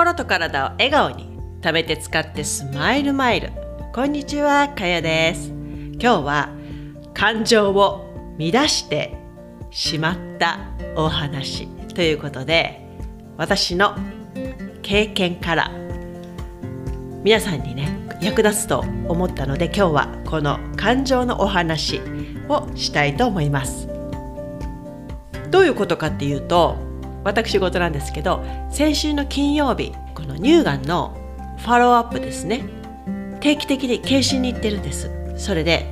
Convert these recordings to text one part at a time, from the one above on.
心と体を笑顔に食べて使ってスマイルマイル。こんにちは、かやです。今日は感情を乱してしまったお話ということで、私の経験から皆さんにね役立つと思ったので、今日はこの感情のお話をしたいと思います。どういうことかっていうと、私事なんですけど、先週の金曜日、この乳がんのフォローアップですね、定期的に検診に行ってるんです。それで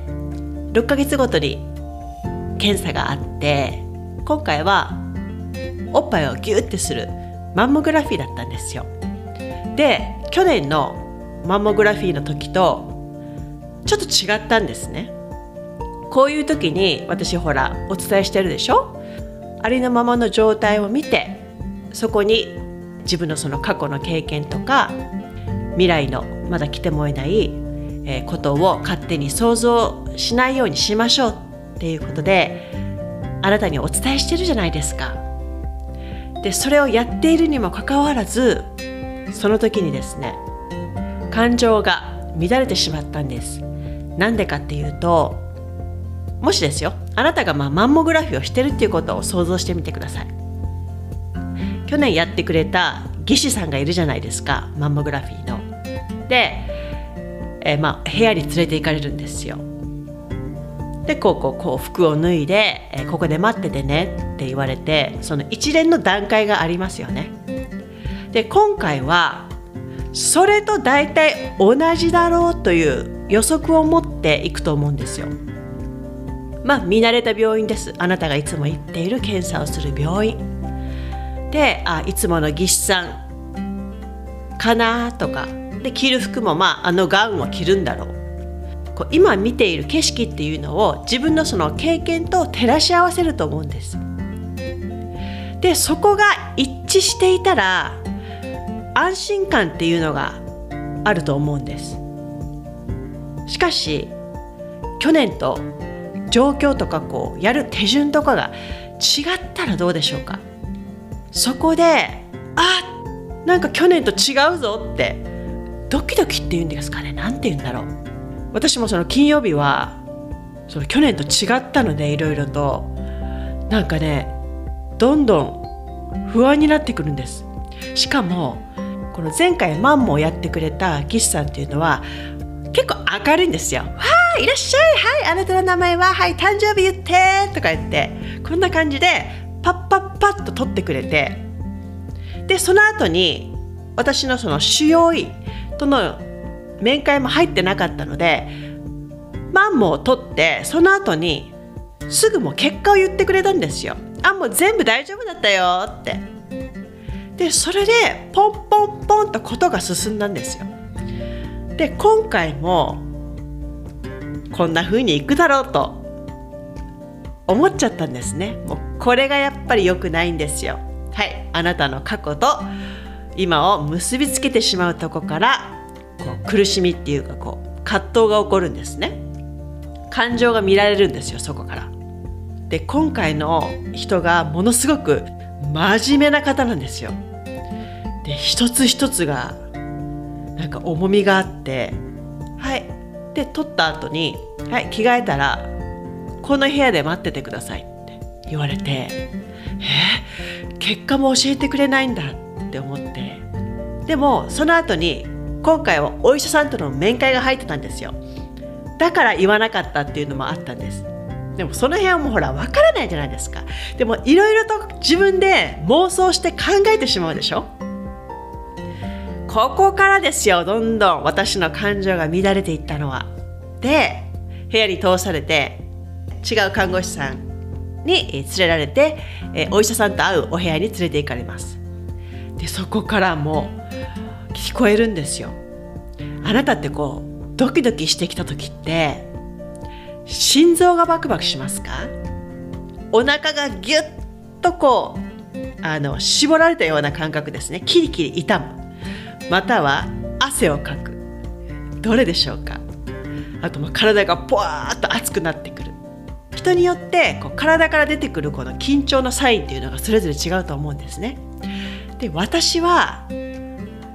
6ヶ月ごとに検査があって、今回はおっぱいをギュッてするマンモグラフィーだったんですよ。で、去年のマンモグラフィーの時とちょっと違ったんですね。こういう時に私お伝えしてるでしょ。ありのままの状態を見て、そこに自分のその過去の経験とか未来のまだ来てもいないことを勝手に想像しないようにしましょうっていうことで、あなたにお伝えしてるじゃないですか。で、それをやっているにもかかわらず、その時にですね、感情が乱れてしまったんです。なんでかっていうと、もしですよ、あなたがマンモグラフィーをしてるっていうことを想像してみてください。去年やってくれた技師さんがいるじゃないですか、マンモグラフィーの。で、部屋に連れて行かれるんですよ。で、こう服を脱いで、ここで待っててねって言われて、その一連の段階がありますよね。で、今回はそれと大体同じだろうという予測を持っていくと思うんですよ。見慣れた病院です。あなたがいつも行っている検査をする病院で、いつもの技師さんかなとかで、着る服もあのガウンを着るんだろう。今見ている景色っていうのを自分のその経験と照らし合わせると思うんです。で、そこが一致していたら安心感っていうのがあると思うんです。しかし去年と状況とかやる手順とかが違ったらどうでしょうか。そこでなんか去年と違うぞってドキドキっていうんですかね、なんて言うんだろう。私もその金曜日はその去年と違ったので、いろいろとなんかね、どんどん不安になってくるんです。しかもこの前回マンモをやってくれた技師さんっていうのは結構明るいんですよ。いらっしゃい、はい、あなたの名前は、はい、誕生日言ってとか言って、こんな感じでパッパッパッと取ってくれて、でその後に私のその腫瘍医との面会も入ってなかったので、マンモを取ってその後にすぐもう結果を言ってくれたんですよ。もう全部大丈夫だったよって。でそれでポンポンポンとことが進んだんですよ。で今回もこんな風にいくだろうと思っちゃったんですね。もうこれがやっぱり良くないんですよ。はい、あなたの過去と今を結びつけてしまうとこから苦しみっていうか葛藤が起こるんですね。感情が見られるんですよ、そこから。で今回の人がものすごく真面目な方なんですよ。で一つ一つがなんか重みがあって、はい、で取った後に、はい、着替えたらこの部屋で待っててくださいって言われて、結果も教えてくれないんだって思って、でもその後に今回はお医者さんとの面会が入ってたんですよ。だから言わなかったっていうのもあったんです。でもその辺はもうわからないじゃないですか。でもいろいろと自分で妄想して考えてしまうでしょ。ここからですよ、どんどん私の感情が乱れていったのは。で部屋に通されて、違う看護師さんに連れられて、お医者さんと会うお部屋に連れて行かれます。でそこからもう聞こえるんですよ。あなたってドキドキしてきた時って心臓がバクバクしますか？お腹がギュッと絞られたような感覚ですね。キリキリ痛む、または汗をかく、どれでしょうか？あと体がポワーッと熱くなってくる。人によって体から出てくるこの緊張のサインっていうのがそれぞれ違うと思うんですね。で私は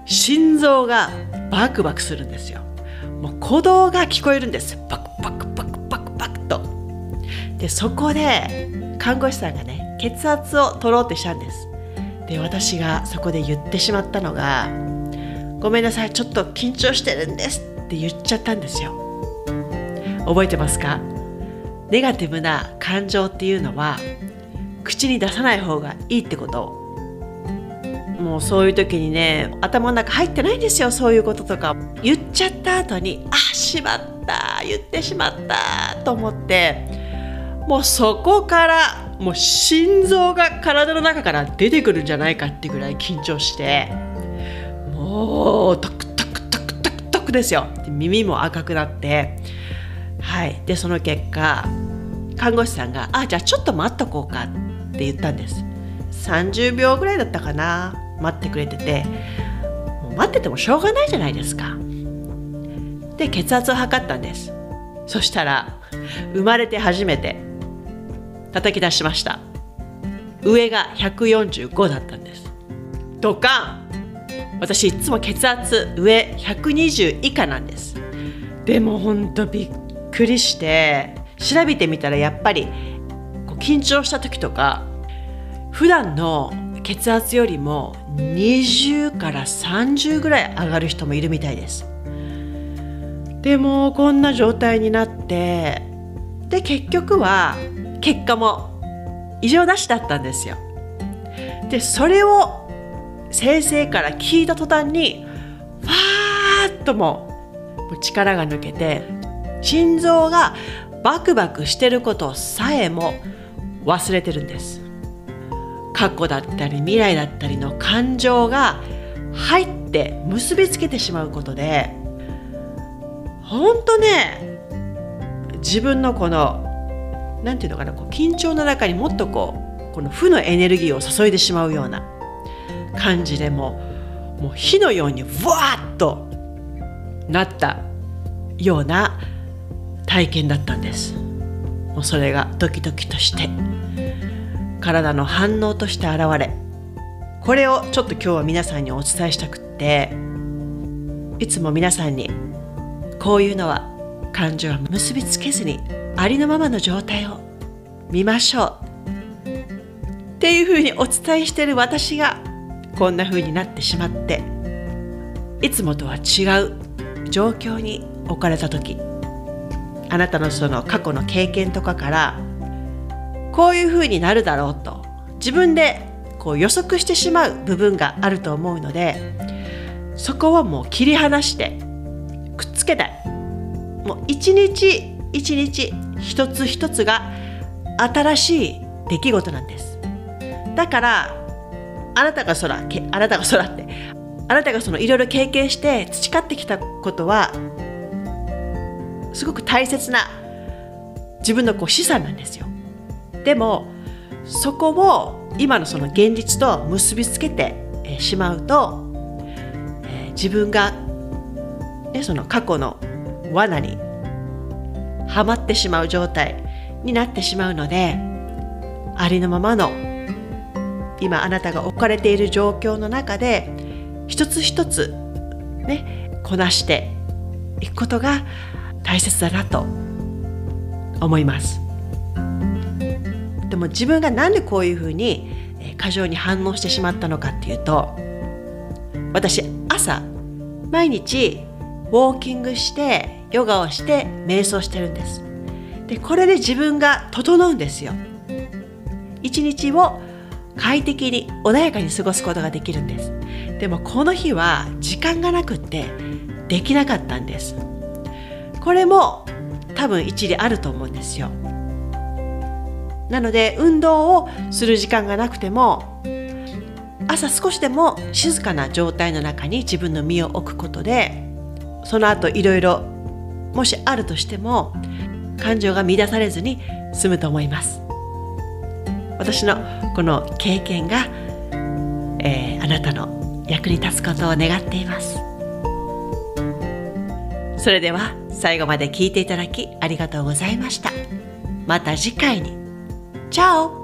心臓がバクバクするんですよ。もう鼓動が聞こえるんです。バクバクバクバクバクと。でそこで看護師さんがね、血圧を取ろうってしたんです。で私がそこで言ってしまったのが、ごめんなさい、ちょっと緊張してるんですって言っちゃったんですよ。覚えてますか？ネガティブな感情っていうのは口に出さない方がいいってことを、もうそういう時にね、頭の中入ってないんですよ。そういうこととか言っちゃった後に、しまった、言ってしまったと思って、もうそこからもう心臓が体の中から出てくるんじゃないかってぐらい緊張して、もうタクタクタクタクタクですよ。耳も赤くなって、でその結果看護師さんがじゃあちょっと待っとこうかって言ったんです。30秒ぐらいだったかな、待ってくれてて、もう待っててもしょうがないじゃないですか。で血圧を測ったんです。そしたら生まれて初めて叩き出しました。上が145だったんです。ドカン。私いつも血圧上120以下なんです。でもほんとびっくりして調べてみたら、やっぱり緊張した時とか普段の血圧よりも20から30ぐらい上がる人もいるみたいです。でもこんな状態になって、で結局は結果も異常なしだったんですよ。でそれを先生から聞いた途端にファーッともう力が抜けて、心臓がバクバクしてることさえも忘れてるんです。過去だったり未来だったりの感情が入って結びつけてしまうことで、ほんとね、自分のこのなんていうのかな、緊張の中にもっとこの負のエネルギーを注いでしまうような感じで、もう火のようにブワーッとなったような体験だったんです。もうそれがドキドキとして体の反応として現れ、これをちょっと今日は皆さんにお伝えしたくって、いつも皆さんにこういうのは感情は結びつけずにありのままの状態を見ましょうっていうふうにお伝えしている私がこんなふうになってしまって、いつもとは違う状況に置かれた時、あなたのその過去の経験とかからこういうふうになるだろうと自分で予測してしまう部分があると思うので、そこはもう切り離してくっつけない。もう一日一日一つ一つが新しい出来事なんです。だからあなたがそのいろいろ経験して培ってきたことはすごく大切な自分の資産なんですよ。でもそこを今のその現実と結びつけてしまうと、自分が、その過去の罠にはまってしまう状態になってしまうので、ありのままの今あなたが置かれている状況の中で一つ一つこなしていくことが大切だなと思います。でも自分がなんでこういうふうに過剰に反応してしまったのかっていうと、私朝毎日ウォーキングしてヨガをして瞑想してるんです。でこれで自分が整うんですよ。一日を快適に穏やかに過ごすことができるんです。でもこの日は時間がなくってできなかったんです。これも多分一理あると思うんですよ。なので運動をする時間がなくても、朝少しでも静かな状態の中に自分の身を置くことで、その後いろいろもしあるとしても感情が乱されずに済むと思います。私のこの経験が、あなたの役に立つことを願っています。それでは最後まで聞いていただきありがとうございました。また次回に。チャオ。